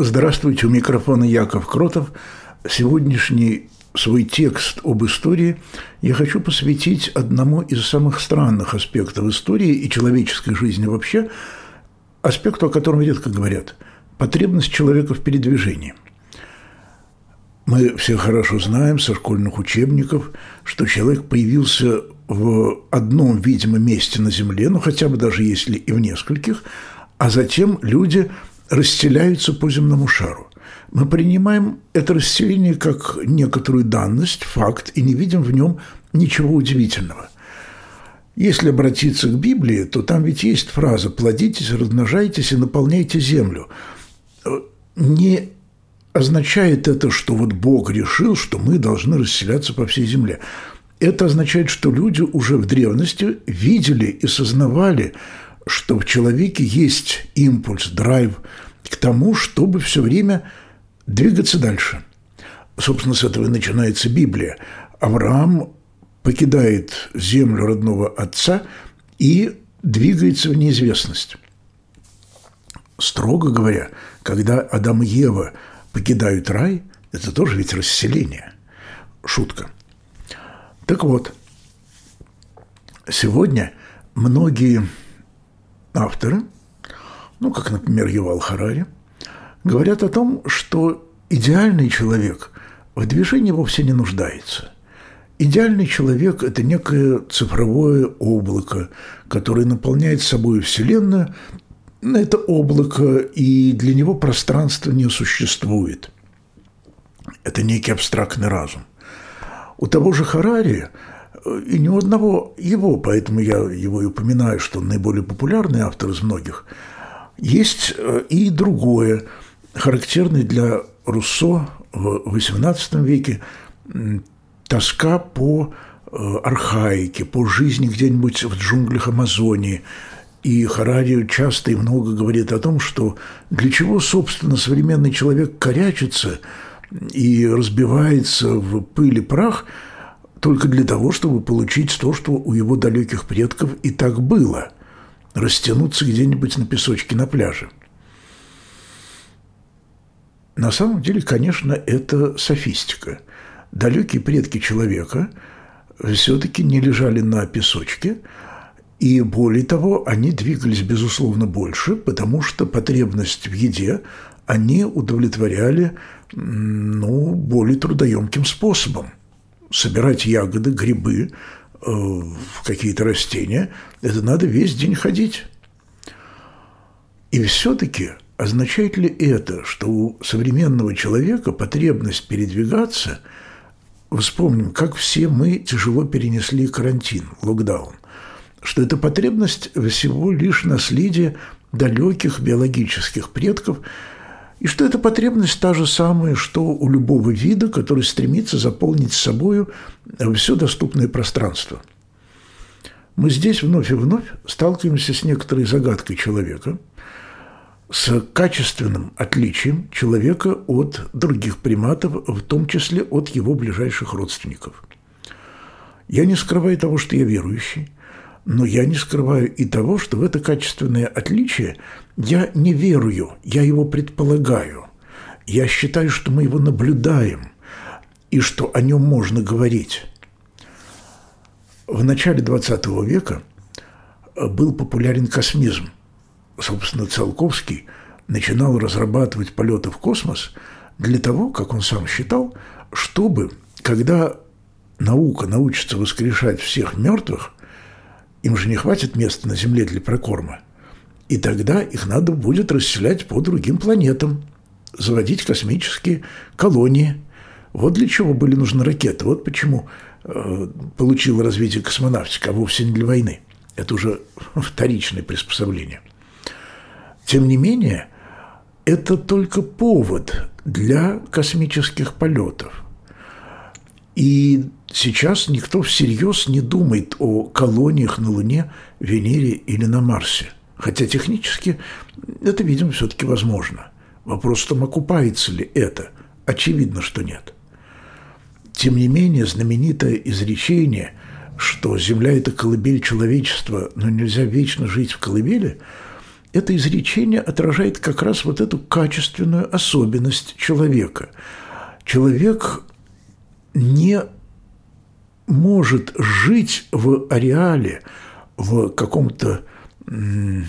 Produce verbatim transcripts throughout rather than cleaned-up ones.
Здравствуйте, у микрофона Яков Кротов. Сегодняшний свой текст об истории я хочу посвятить одному из самых странных аспектов истории и человеческой жизни вообще, аспекту, о котором редко говорят – потребность человека в передвижении. Мы все хорошо знаем со школьных учебников, что человек появился в одном видимом месте на Земле, ну хотя бы даже если и в нескольких, а затем люди расселяются по земному шару. Мы принимаем это расселение как некоторую данность, факт, и не видим в нем ничего удивительного. Если обратиться к Библии, то там ведь есть фраза «плодитесь, размножайтесь и наполняйте землю». Не означает это, что вот Бог решил, что мы должны расселяться по всей земле. Это означает, что люди уже в древности видели и сознавали, что в человеке есть импульс, драйв к тому, чтобы все время двигаться дальше. Собственно, с этого и начинается Библия. Авраам покидает землю родного отца и двигается в неизвестность. Строго говоря, когда Адам и Ева покидают рай, это тоже ведь расселение. Шутка. Так вот, сегодня многие авторы, ну, как, например, Ювал Харари, говорят о том, что идеальный человек в движении вовсе не нуждается. Идеальный человек – это некое цифровое облако, которое наполняет собой Вселенную. Это облако, и для него пространство не существует. Это некий абстрактный разум. У того же Харари, и ни у одного его, поэтому я его и упоминаю, что он наиболее популярный автор из многих, есть и другое, характерное для Руссо в восемнадцатом веке, тоска по архаике, по жизни где-нибудь в джунглях Амазонии. И Харари часто и много говорит о том, что для чего, собственно, современный человек корячится и разбивается в пыль и прах только для того, чтобы получить то, что у его далеких предков и так было – растянуться где-нибудь на песочке на пляже. На самом деле, конечно, это софистика. Далекие предки человека все-таки не лежали на песочке, и более того, они двигались, безусловно, больше, потому что потребность в еде они удовлетворяли, ну, более трудоемким способом. Собирать ягоды, грибы, э, какие-то растения – это надо весь день ходить. И все-таки означает ли это, что у современного человека потребность передвигаться, вспомним, как все мы тяжело перенесли карантин, локдаун, что эта потребность всего лишь наследие далеких биологических предков, и что эта потребность та же самая, что у любого вида, который стремится заполнить собою все доступное пространство. Мы здесь вновь и вновь сталкиваемся с некоторой загадкой человека, с качественным отличием человека от других приматов, в том числе от его ближайших родственников. Я не скрываю того, что я верующий, но я не скрываю и того, что в это качественное отличие я не верую, я его предполагаю. Я считаю, что мы его наблюдаем и что о нем можно говорить. В начале двадцатого века был популярен космизм. Собственно, Циолковский начинал разрабатывать полеты в космос для того, как он сам считал, чтобы, когда наука научится воскрешать всех мертвых, им же не хватит места на Земле для прокорма. И тогда их надо будет расселять по другим планетам, заводить космические колонии. Вот для чего были нужны ракеты. Вот почему э, получила развитие космонавтика, а вовсе не для войны. Это уже вторичное приспособление. Тем не менее, это только повод для космических полетов. И сейчас никто всерьез не думает о колониях на Луне, Венере или на Марсе. Хотя технически это, видимо, все-таки возможно. Вопрос в том, окупается ли это. Очевидно, что нет. Тем не менее, знаменитое изречение, что Земля – это колыбель человечества, но нельзя вечно жить в колыбели, это изречение отражает как раз вот эту качественную особенность человека. Человек не может жить в ареале, в каком-то м,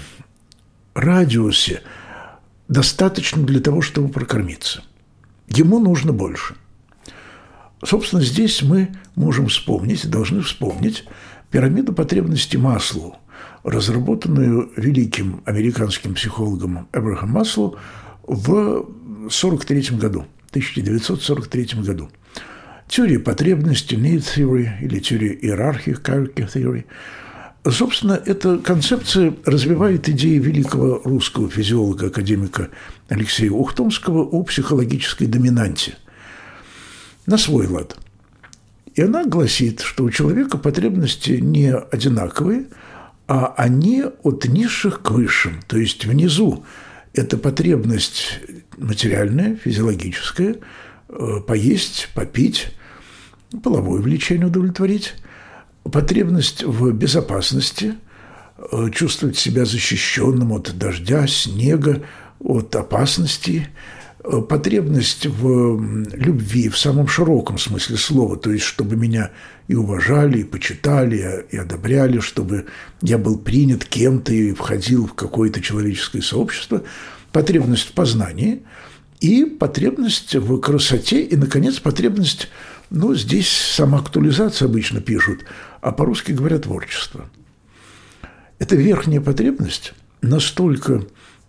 радиусе, достаточно для того, чтобы прокормиться. Ему нужно больше. Собственно, здесь мы можем вспомнить, должны вспомнить пирамиду потребностей Маслоу, разработанную великим американским психологом Эбрахам Маслоу в сорок третьем году, тысяча девятьсот сорок третьем году. Теория потребностей, need theory, или теория иерархии, hierarchy theory. Собственно, эта концепция развивает идеи великого русского физиолога, академика Алексея Ухтомского о психологической доминанте на свой лад. И она гласит, что у человека потребности не одинаковые, а они от низших к высшим. То есть внизу это потребность материальная, физиологическая, поесть, попить, половое влечение удовлетворить, потребность в безопасности, чувствовать себя защищенным от дождя, снега, от опасностей, потребность в любви в самом широком смысле слова, то есть чтобы меня и уважали, и почитали, и одобряли, чтобы я был принят кем-то и входил в какое-то человеческое сообщество, потребность в познании и потребность в красоте, и, наконец, потребность, ну, здесь самоактуализация обычно пишут, а по-русски говорят творчество. Эта верхняя потребность настолько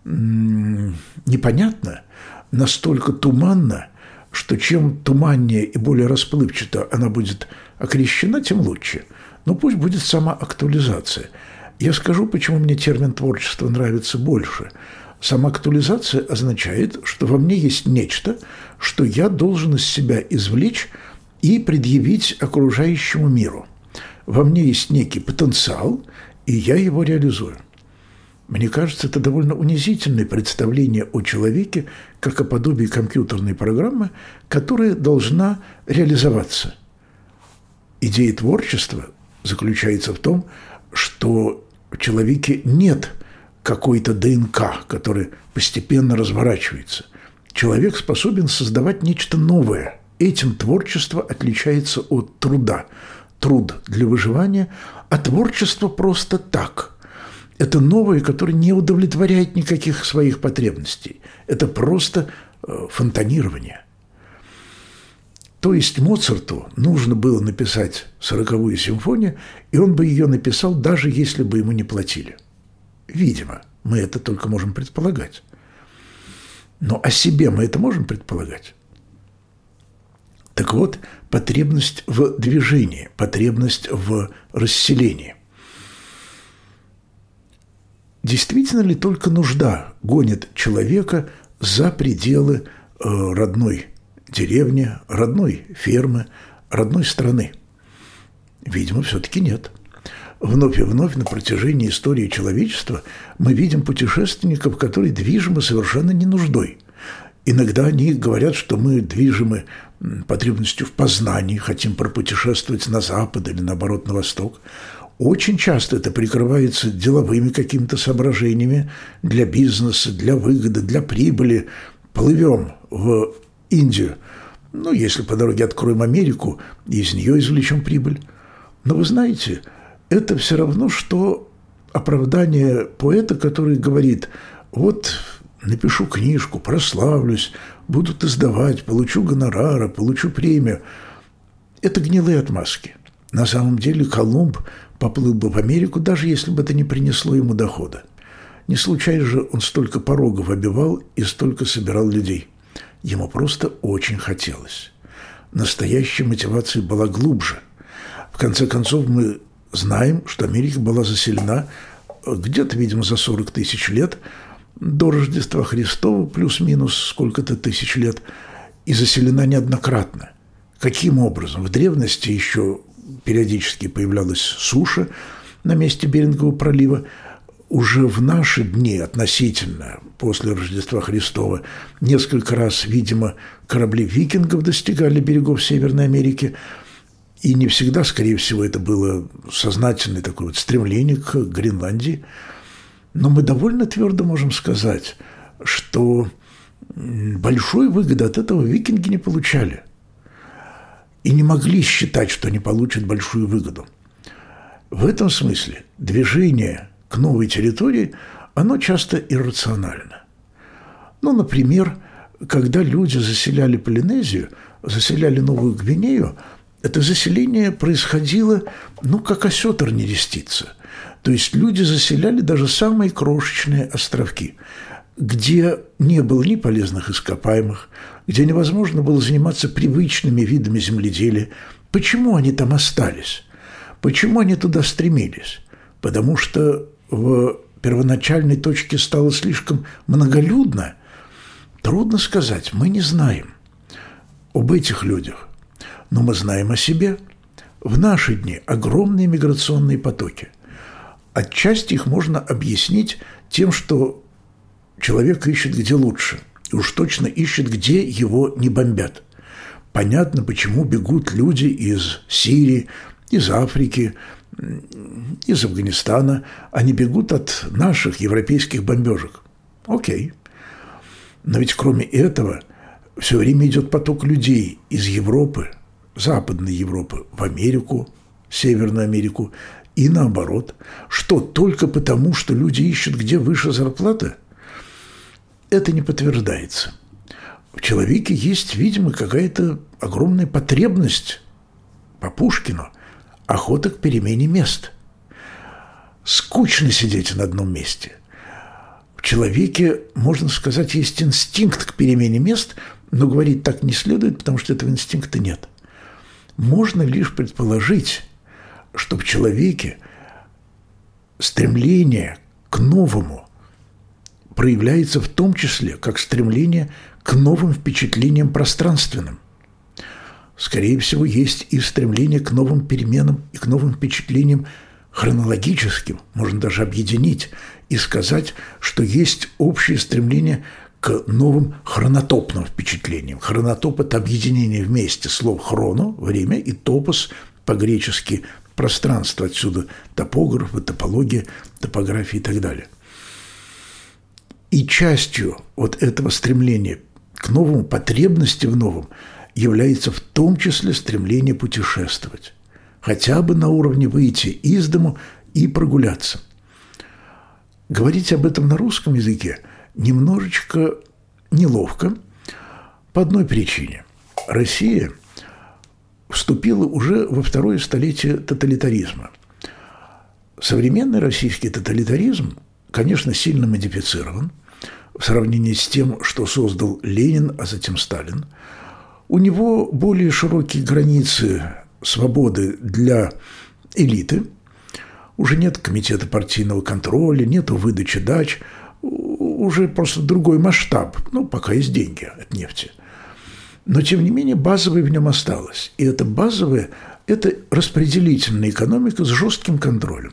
м- непонятна, настолько туманна, что чем туманнее и более расплывчато она будет окрещена, тем лучше. Но пусть будет самоактуализация. Я скажу, почему мне термин «творчество» нравится больше. Самоактуализация означает, что во мне есть нечто, что я должен из себя извлечь и предъявить окружающему миру. Во мне есть некий потенциал, и я его реализую. Мне кажется, это довольно унизительное представление о человеке, как о подобии компьютерной программы, которая должна реализоваться. Идея творчества заключается в том, что в человеке нет какой-то ДНК, который постепенно разворачивается. Человек способен создавать нечто новое. Этим творчество отличается от труда. Труд для выживания, а творчество просто так – это новое, которое не удовлетворяет никаких своих потребностей. Это просто фонтанирование. То есть Моцарту нужно было написать сороковую симфонию, и он бы ее написал, даже если бы ему не платили. Видимо, мы это только можем предполагать. Но о себе мы это можем предполагать? Так вот, потребность в движении, потребность в расселении. Действительно ли только нужда гонит человека за пределы родной деревни, родной фермы, родной страны? Видимо, все-таки нет. Вновь и вновь на протяжении истории человечества мы видим путешественников, которые движимы совершенно не нуждой. Иногда они говорят, что мы движимы потребностью в познании, хотим пропутешествовать на запад или, наоборот, на восток. Очень часто это прикрывается деловыми какими-то соображениями для бизнеса, для выгоды, для прибыли. Плывем в Индию. Ну, если по дороге откроем Америку, из нее извлечем прибыль. Но вы знаете, это все равно, что оправдание поэта, который говорит: вот напишу книжку, прославлюсь, будут издавать, получу гонорара, получу премию. Это гнилые отмазки. На самом деле Колумб поплыл бы в Америку, даже если бы это не принесло ему дохода. Не случайно же он столько порогов обивал и столько собирал людей. Ему просто очень хотелось. Настоящая мотивация была глубже. В конце концов, мы знаем, что Америка была заселена где-то, видимо, за сорок тысяч лет до Рождества Христова, плюс-минус сколько-то тысяч лет, и заселена неоднократно. Каким образом? В древности еще периодически появлялась суша на месте Берингового пролива. Уже в наши дни, относительно после Рождества Христова, несколько раз, видимо, корабли викингов достигали берегов Северной Америки, и не всегда, скорее всего, это было сознательное такое вот стремление к Гренландии. Но мы довольно твердо можем сказать, что большой выгоды от этого викинги не получали. И не могли считать, что они получат большую выгоду. В этом смысле движение к новой территории, оно часто иррационально. Ну, например, когда люди заселяли Полинезию, заселяли Новую Гвинею, это заселение происходило, ну, как осетр нерестится. То есть люди заселяли даже самые крошечные островки, где не было ни полезных ископаемых, где невозможно было заниматься привычными видами земледелия. Почему они там остались? Почему они туда стремились? Потому что в первоначальной точке стало слишком многолюдно? Трудно сказать, мы не знаем об этих людях, но мы знаем о себе. В наши дни огромные миграционные потоки. Отчасти их можно объяснить тем, что человек ищет где лучше, и уж точно ищет, где его не бомбят. Понятно, почему бегут люди из Сирии, из Африки, из Афганистана. Они бегут от наших европейских бомбежек. Окей. Но ведь кроме этого все время идет поток людей из Европы, Западной Европы, в Америку, Северную Америку и наоборот. Что, только потому, что люди ищут, где выше зарплата? Это не подтверждается. В человеке есть, видимо, какая-то огромная потребность, по Пушкину, охота к перемене мест. Скучно сидеть на одном месте. В человеке, можно сказать, есть инстинкт к перемене мест, но говорить так не следует, потому что этого инстинкта нет. Можно лишь предположить, что в человеке стремление к новому проявляется в том числе как стремление к новым впечатлениям пространственным. Скорее всего, есть и стремление к новым переменам и к новым впечатлениям хронологическим. Можно даже объединить и сказать, что есть общее стремление к новым хронотопным впечатлениям. Хронотоп – это объединение вместе слов «хроно» – время, и «топос» по-гречески «пространство». Отсюда топографы, топология, топография и так далее. И частью вот этого стремления к новому, потребности в новом, является в том числе стремление путешествовать. Хотя бы на уровне выйти из дому и прогуляться. Говорить об этом на русском языке немножечко неловко по одной причине. Россия вступила уже во второе столетие тоталитаризма. Современный российский тоталитаризм, конечно, сильно модифицирован в сравнении с тем, что создал Ленин, а затем Сталин. У него более широкие границы свободы для элиты. Уже нет комитета партийного контроля, нет выдачи дач. Уже просто другой масштаб. Ну, пока есть деньги от нефти. Но, тем не менее, базовое в нем осталось. И это базовое – это распределительная экономика с жестким контролем.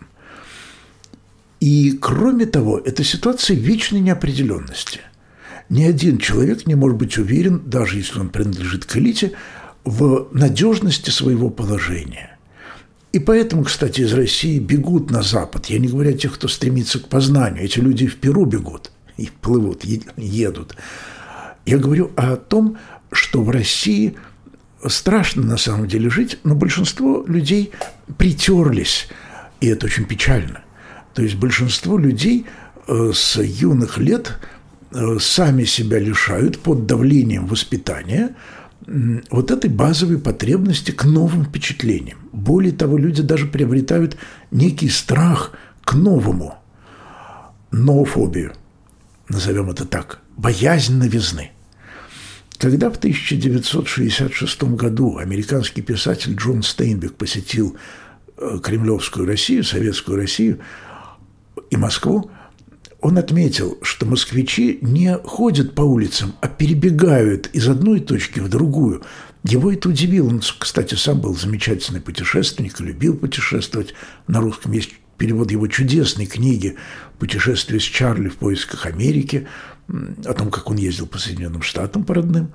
И, кроме того, это ситуация вечной неопределенности. Ни один человек не может быть уверен, даже если он принадлежит к элите, в надежности своего положения. И поэтому, кстати, из России бегут на Запад. Я не говорю о тех, кто стремится к познанию. Эти люди в Перу бегут и плывут, едут. Я говорю о том, что в России страшно на самом деле жить, но большинство людей притерлись, и это очень печально. То есть большинство людей с юных лет сами себя лишают под давлением воспитания вот этой базовой потребности к новым впечатлениям. Более того, люди даже приобретают некий страх к новому, ноофобию, назовем это так, боязнь новизны. Когда в тысяча девятьсот шестьдесят шестом году американский писатель Джон Стейнбек посетил Кремлевскую Россию, Советскую Россию и Москву, он отметил, что москвичи не ходят по улицам, а перебегают из одной точки в другую. Его это удивило. Он, кстати, сам был замечательный путешественник, любил путешествовать. На русском есть перевод его чудесной книги «Путешествие с Чарли в поисках Америки», о том, как он ездил по Соединенным Штатам по родным.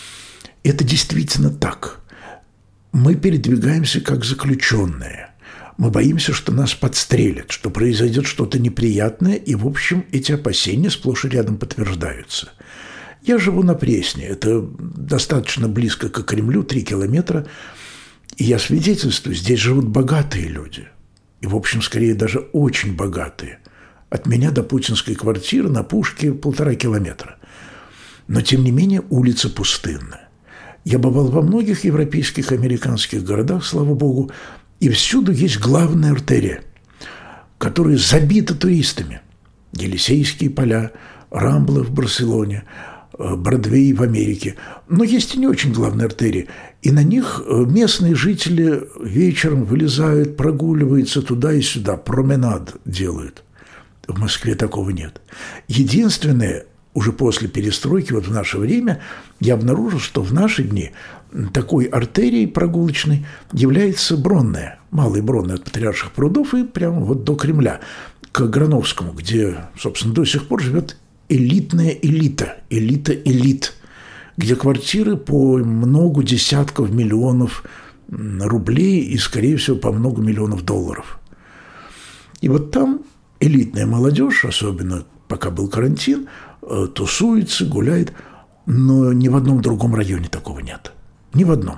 Это действительно так. Мы передвигаемся как заключенные. Мы боимся, что нас подстрелят, что произойдет что-то неприятное, и, в общем, эти опасения сплошь и рядом подтверждаются. Я живу на Пресне, это достаточно близко к Кремлю, три километра, и я свидетельствую, здесь живут богатые люди, и, в общем, скорее даже очень богатые. От меня до путинской квартиры на Пушке полтора километра. Но, тем не менее, улица пустынная. Я бывал во многих европейских, американских городах, слава богу, и всюду есть главная артерия, которая забита туристами. Елисейские поля, Рамбла в Барселоне, Бродвей в Америке. Но есть и не очень главные артерии. И на них местные жители вечером вылезают, прогуливаются туда и сюда, променад делают. В Москве такого нет. Единственное, уже после перестройки, вот в наше время, я обнаружил, что в наши дни такой артерией прогулочной является Бронная, Малая Бронная от Патриарших прудов и прямо вот до Кремля, к Грановскому, где, собственно, до сих пор живет элитная элита, элита элит, где квартиры по много десятков миллионов рублей и, скорее всего, по много миллионов долларов. И вот там элитная молодежь, особенно пока был карантин, тусуется, гуляет, но ни в одном другом районе такого нет. Ни в одном.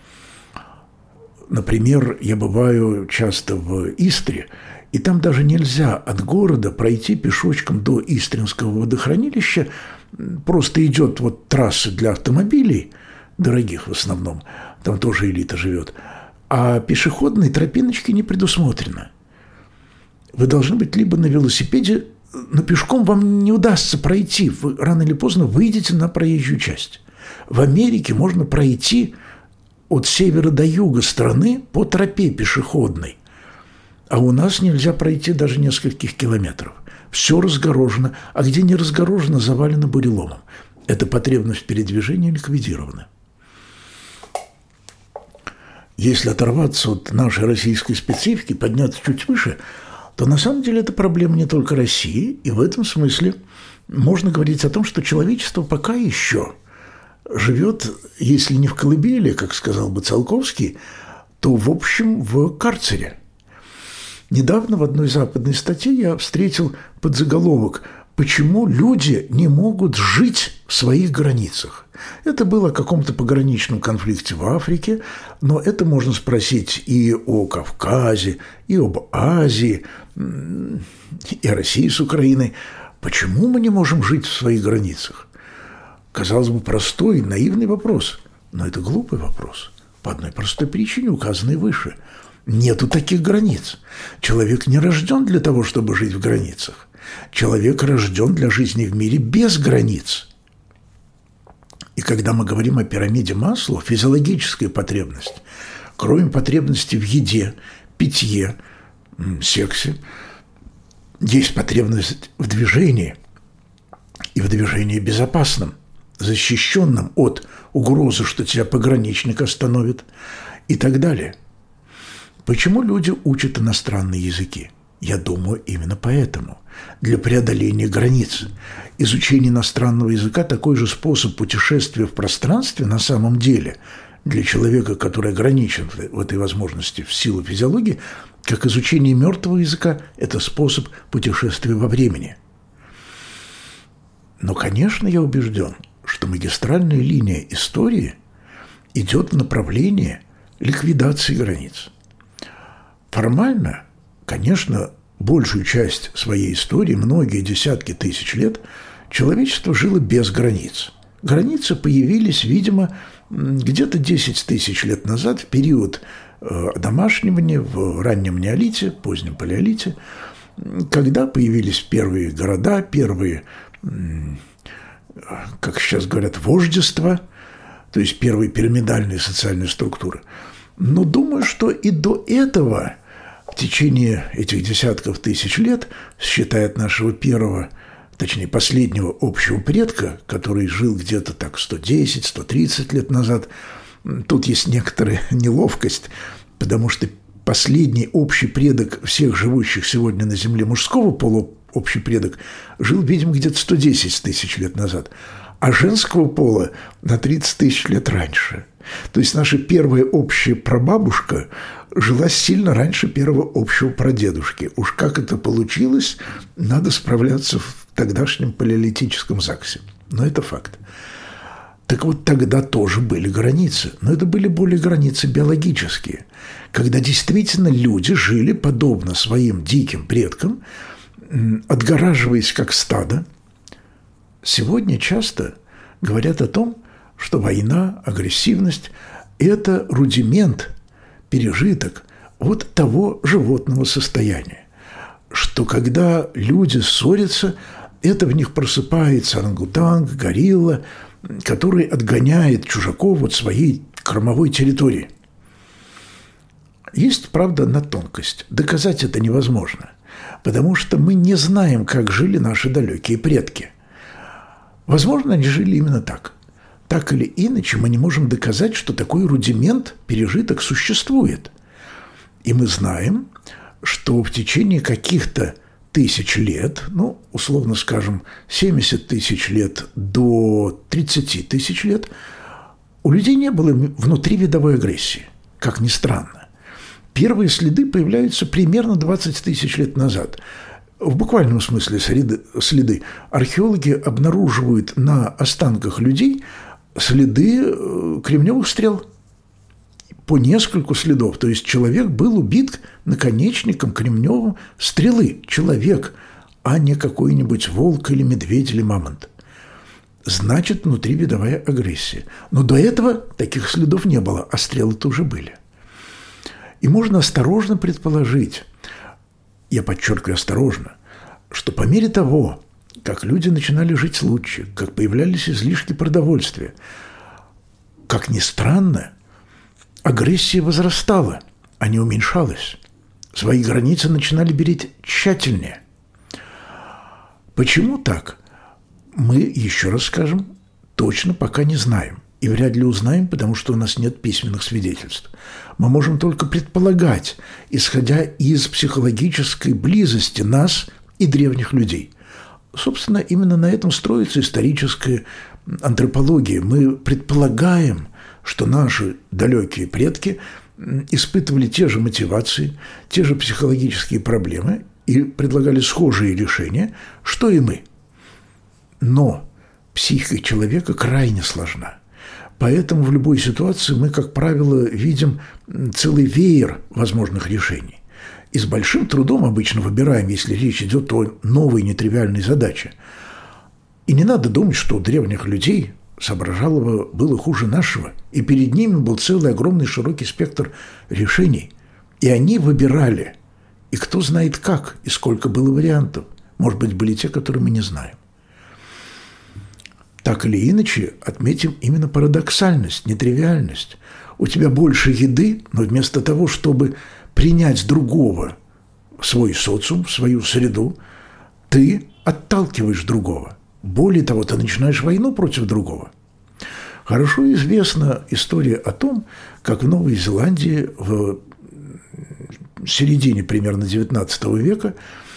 Например, я бываю часто в Истре, и там даже нельзя от города пройти пешочком до Истринского водохранилища. Просто идет вот трасса для автомобилей, дорогих в основном, там тоже элита живет, а пешеходной тропиночки не предусмотрено. Вы должны быть либо на велосипеде, но пешком вам не удастся пройти. Вы рано или поздно выйдете на проезжую часть. В Америке можно пройти от севера до юга страны по тропе пешеходной. А у нас нельзя пройти даже нескольких километров. Все разгорожено, а где не разгорожено, завалено буреломом. Эта потребность в передвижении ликвидирована. Если оторваться от нашей российской специфики, подняться чуть выше, то на самом деле это проблема не только России, и в этом смысле можно говорить о том, что человечество пока еще живет, если не в колыбели, как сказал бы Циолковский, то, в общем, в карцере. Недавно в одной западной статье я встретил подзаголовок «Почему люди не могут жить в своих границах?». Это было о каком-то пограничном конфликте в Африке, но это можно спросить и о Кавказе, и об Азии, и о России с Украиной. Почему мы не можем жить в своих границах? Казалось бы, простой, наивный вопрос, но это глупый вопрос. По одной простой причине, указанной выше. Нету таких границ. Человек не рожден для того, чтобы жить в границах. Человек рожден для жизни в мире без границ. И когда мы говорим о пирамиде Маслоу, физиологическая потребность, кроме потребности в еде, питье, сексе, есть потребность в движении, и в движении безопасном, защищенном от угрозы, что тебя пограничник остановит и так далее. Почему люди учат иностранные языки? Я думаю, именно поэтому. Для преодоления границ. Изучение иностранного языка – такой же способ путешествия в пространстве на самом деле для человека, который ограничен в этой возможности в силу физиологии, как изучение мертвого языка – это способ путешествия во времени. Но, конечно, я убежден, что магистральная линия истории идет в направлении ликвидации границ. Формально, конечно, большую часть своей истории, многие десятки тысяч лет, человечество жило без границ. Границы появились, видимо, где-то десять тысяч лет назад, в период одомашнивания, в раннем неолите, позднем палеолите, когда появились первые города, первые, как сейчас говорят, вождества, то есть первые пирамидальные социальные структуры. Но думаю, что и до этого, в течение этих десятков тысяч лет, считая от нашего первого, точнее последнего общего предка, который жил где-то так сто десять - сто тридцать лет назад, тут есть некоторая неловкость, потому что последний общий предок всех живущих сегодня на Земле мужского пола, общий предок, жил, видимо, где-то сто десять тысяч лет назад, а женского пола на тридцать тысяч лет раньше. То есть наша первая общая прабабушка жила сильно раньше первого общего прадедушки. Уж как это получилось, надо справляться в тогдашнем палеолитическом ЗАГСе. Но это факт. Так вот, тогда тоже были границы, но это были более границы биологические, когда действительно люди жили подобно своим диким предкам, отгораживаясь как стадо. Сегодня часто говорят о том, что война, агрессивность – это рудимент, пережиток вот того животного состояния, что когда люди ссорятся, это в них просыпается орангутанг, горилла, который отгоняет чужаков от своей кормовой территории. Есть, правда, одна тонкость. Доказать это невозможно, потому что мы не знаем, как жили наши далекие предки. Возможно, они жили именно так. Так или иначе, мы не можем доказать, что такой рудимент, пережиток существует. И мы знаем, что в течение каких-то тысяч лет, ну, условно скажем, семьдесят тысяч лет до тридцать тысяч лет, у людей не было внутривидовой агрессии, как ни странно. Первые следы появляются примерно двадцать тысяч лет назад. В буквальном смысле следы. Археологи обнаруживают на останках людей следы кремневых стрел. По нескольку следов. То есть человек был убит наконечником кремневым стрелы. Человек, а не какой-нибудь волк или медведь или мамонт. Значит, внутривидовая агрессия. Но до этого таких следов не было, а стрелы-то уже были. И можно осторожно предположить, я подчеркиваю осторожно, что по мере того, как люди начинали жить лучше, как появлялись излишки продовольствия, как ни странно, агрессия возрастала, а не уменьшалась. Свои границы начинали беречь тщательнее. Почему так? Мы, еще раз скажем, точно пока не знаем. И вряд ли узнаем, потому что у нас нет письменных свидетельств. Мы можем только предполагать, исходя из психологической близости нас и древних людей. Собственно, именно на этом строится историческая антропология. Мы предполагаем, что наши далекие предки испытывали те же мотивации, те же психологические проблемы и предлагали схожие решения, что и мы. Но психика человека крайне сложна. Поэтому в любой ситуации мы, как правило, видим целый веер возможных решений. И с большим трудом обычно выбираем, если речь идет о новой нетривиальной задаче. И не надо думать, что у древних людей соображалово было хуже нашего, и перед ними был целый огромный широкий спектр решений. И они выбирали. И кто знает как, и сколько было вариантов. Может быть, были те, которые мы не знаем. Так или иначе, отметим именно парадоксальность, нетривиальность. У тебя больше еды, но вместо того, чтобы принять другого в свой социум, в свою среду, ты отталкиваешь другого. Более того, ты начинаешь войну против другого. Хорошо известна история о том, как в Новой Зеландии в середине примерно девятнадцатого века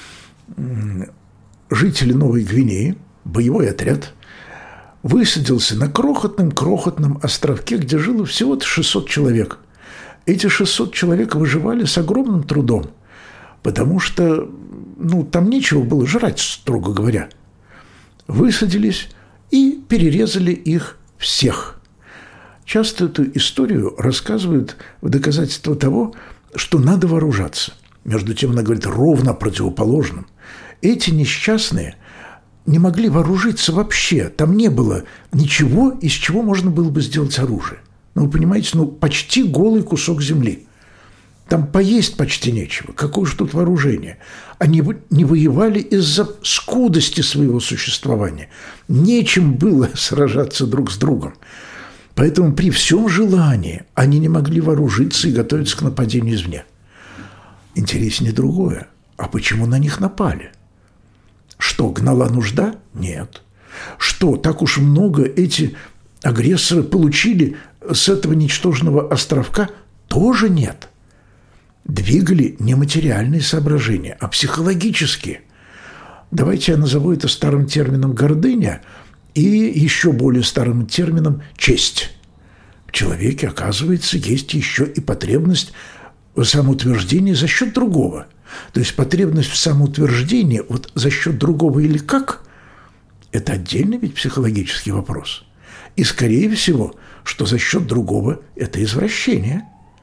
жители Новой Гвинеи, боевой отряд, высадился на крохотном-крохотном островке, где жило всего шестьсот человек. Эти шестьсот человек выживали с огромным трудом, потому что ну, там нечего было жрать, строго говоря. Высадились и перерезали их всех. Часто эту историю рассказывают в доказательство того, что надо вооружаться. Между тем, она говорит ровно о противоположном. Эти несчастные не могли вооружиться вообще. Там не было ничего, из чего можно было бы сделать оружие. Ну, вы понимаете, ну, почти голый кусок земли. Там поесть почти нечего. Какое же тут вооружение? Они не воевали из-за скудости своего существования. Нечем было сражаться друг с другом. Поэтому при всем желании они не могли вооружиться и готовиться к нападению извне. Интереснее другое. А почему на них напали? Что, гнала нужда? Нет. Что, так уж много эти агрессоры получили с этого ничтожного островка? Тоже нет. Двигали не материальные соображения, а психологические. Давайте я назову это старым термином «гордыня» и еще более старым термином «честь». человеке, оказывается, есть еще и потребность в самоутверждении за счет другого. То есть потребность в самоутверждении вот за счет другого или как – это отдельный ведь психологический вопрос. И, скорее всего, что за счет другого – это извращение.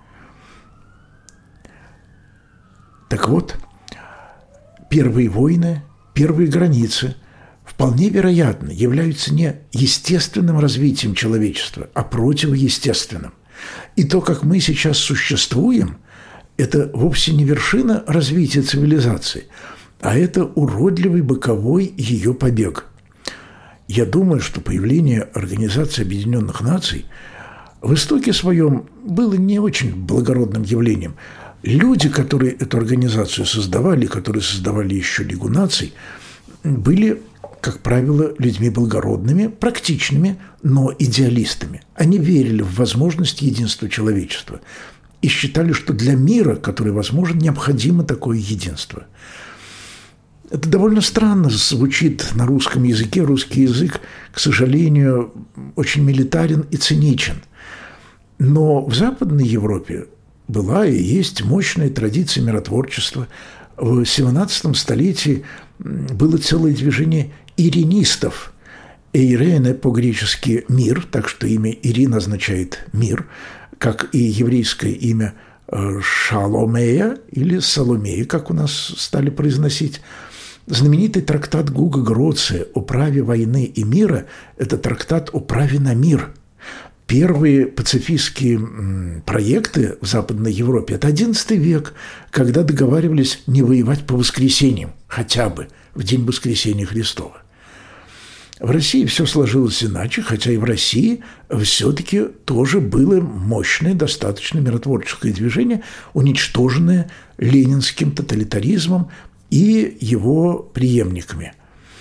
Так вот, первые войны, первые границы вполне вероятно являются не естественным развитием человечества, а противоестественным. И то, как мы сейчас существуем, это вовсе не вершина развития цивилизации, а это уродливый боковой ее побег. Я думаю, что появление Организации Объединенных Наций в истоке своем было не очень благородным явлением. Люди, которые эту организацию создавали, которые создавали еще Лигу наций, были, как правило, людьми благородными, практичными, но идеалистами. Они верили в возможность единства человечества и считали, что для мира, который возможен, необходимо такое единство. Это довольно странно звучит на русском языке. Русский язык, к сожалению, очень милитарен и циничен. Но в Западной Европе была и есть мощная традиция миротворчества. В семнадцатом столетии было целое движение иринистов. Эйрене по-гречески «мир», так что имя Ирина означает «мир», как и еврейское имя Шаломея или Соломея, как у нас стали произносить. Знаменитый трактат Гуга Гроция о праве войны и мира – это трактат о праве на мир. Первые пацифистские проекты в Западной Европе – это одиннадцатый век, когда договаривались не воевать по воскресеньям, хотя бы в день воскресения Христова. В России все сложилось иначе, хотя и в России все-таки тоже было мощное, достаточно миротворческое движение, уничтоженное ленинским тоталитаризмом и его преемниками.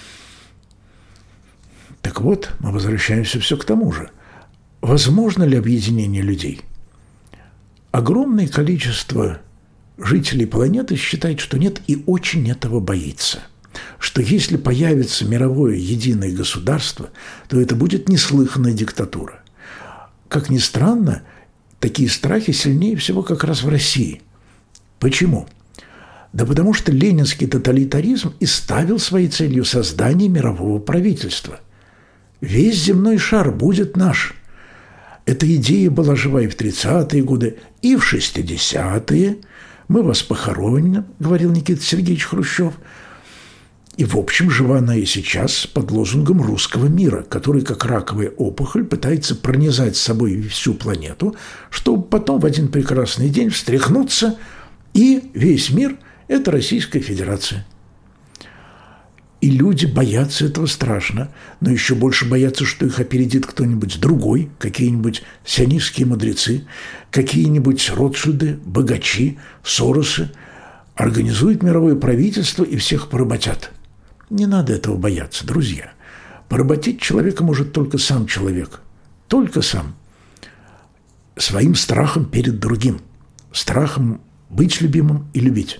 Так вот, мы возвращаемся все к тому же. Возможно ли объединение людей? Огромное количество жителей планеты считает, что нет, и очень этого боится. Что если появится мировое единое государство, то это будет неслыханная диктатура. Как ни странно, такие страхи сильнее всего как раз в России. Почему? Да потому что ленинский тоталитаризм и ставил своей целью создание мирового правительства. Весь земной шар будет наш. Эта идея была жива и в тридцатые годы, и в шестидесятые. Мы вас похороним, говорил Никита Сергеевич Хрущев. И, в общем, жива она и сейчас под лозунгом русского мира, который, как раковая опухоль, пытается пронизать с собой всю планету, чтобы потом в один прекрасный день встряхнуться, и весь мир – это Российская Федерация. И люди боятся этого страшно, но еще больше боятся, что их опередит кто-нибудь другой, какие-нибудь сионистские мудрецы, какие-нибудь Ротшильды, богачи, Соросы, организуют мировое правительство и всех поработят. Не надо этого бояться, друзья. Поработить человека может только сам человек. Только сам. Своим страхом перед другим. Страхом быть любимым и любить.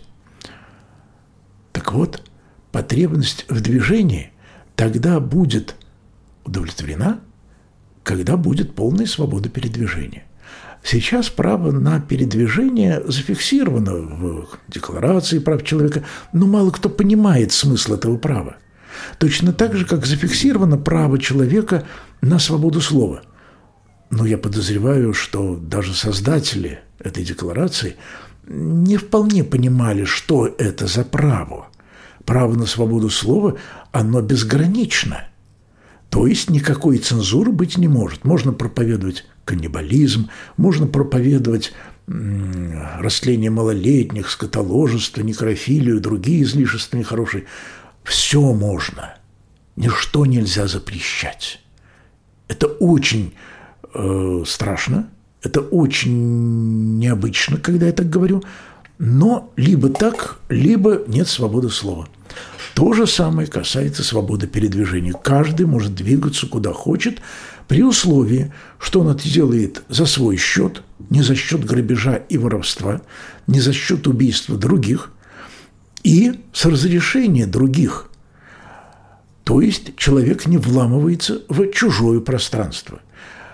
Так вот, потребность в движении тогда будет удовлетворена, когда будет полная свобода передвижения. Сейчас право на передвижение зафиксировано в Декларации прав человека, но мало кто понимает смысл этого права. Точно так же, как зафиксировано право человека на свободу слова. Но я подозреваю, что даже создатели этой декларации не вполне понимали, что это за право. Право на свободу слова, оно безгранично. То есть никакой цензуры быть не может. Можно проповедовать каннибализм, можно проповедовать м- растление малолетних, скотоложество, некрофилию, другие излишества нехорошие. Все можно. Ничто нельзя запрещать. Это очень э, страшно, это очень необычно, когда я так говорю, но либо так, либо нет свободы слова. То же самое касается свободы передвижения. Каждый может двигаться куда хочет, при условии, что он это делает за свой счет, не за счет грабежа и воровства, не за счет убийства других, и с разрешения других. То есть человек не вламывается в чужое пространство.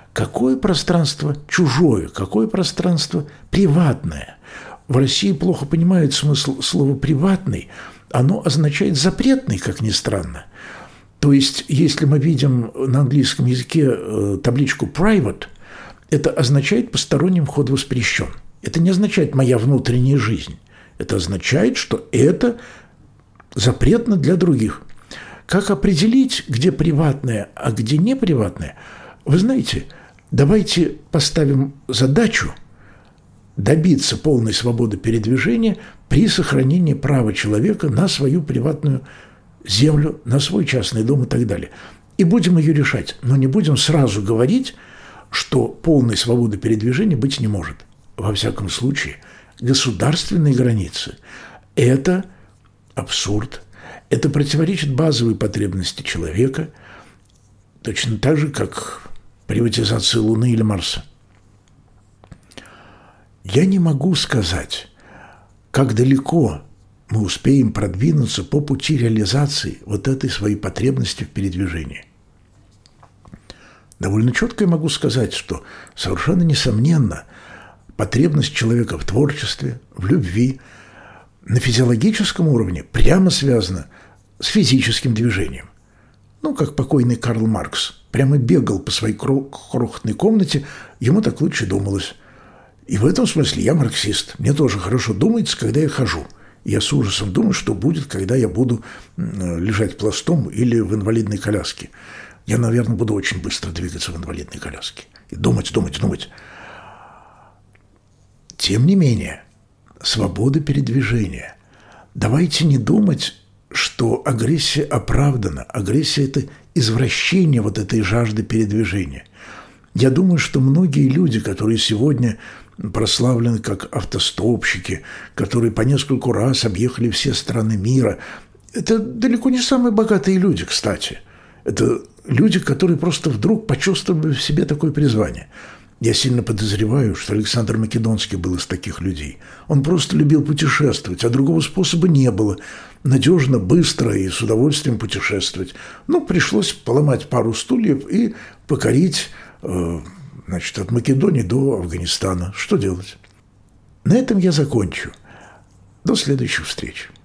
Какое пространство чужое, какое пространство приватное? В России плохо понимают смысл слова «приватный». Оно означает «запретный», как ни странно. То есть, если мы видим на английском языке табличку «private», это означает «посторонним вход воспрещен». Это не означает «моя внутренняя жизнь». Это означает, что это запретно для других. Как определить, где приватное, а где не приватное? Вы знаете, давайте поставим задачу добиться полной свободы передвижения при сохранении права человека на свою приватную землю, на свой частный дом и так далее. И будем ее решать, но не будем сразу говорить, что полной свободы передвижения быть не может. Во всяком случае, государственные границы – это абсурд, это противоречит базовой потребности человека, точно так же, как приватизация Луны или Марса. Я не могу сказать, как далеко мы успеем продвинуться по пути реализации вот этой своей потребности в передвижении. Довольно четко я могу сказать, что совершенно несомненно потребность человека в творчестве, в любви на физиологическом уровне прямо связана с физическим движением. Ну, как покойный Карл Маркс прямо бегал по своей крохотной комнате, ему так лучше думалось. И в этом смысле я марксист. Мне тоже хорошо думается, когда я хожу. Я с ужасом думаю, что будет, когда я буду лежать пластом или в инвалидной коляске. Я, наверное, буду очень быстро двигаться в инвалидной коляске. И думать, думать, думать. Тем не менее, свобода передвижения. Давайте не думать, что агрессия оправдана. Агрессия – это извращение вот этой жажды передвижения. Я думаю, что многие люди, которые сегодня прославлены как автостопщики, которые по нескольку раз объехали все страны мира, это далеко не самые богатые люди, кстати. Это люди, которые просто вдруг почувствовали в себе такое призвание. Я сильно подозреваю, что Александр Македонский был из таких людей. Он просто любил путешествовать, а другого способа не было. Надежно, быстро и с удовольствием путешествовать. Ну, пришлось поломать пару стульев и покорить, э, значит, от Македонии до Афганистана. Что делать? На этом я закончу. До следующих встреч.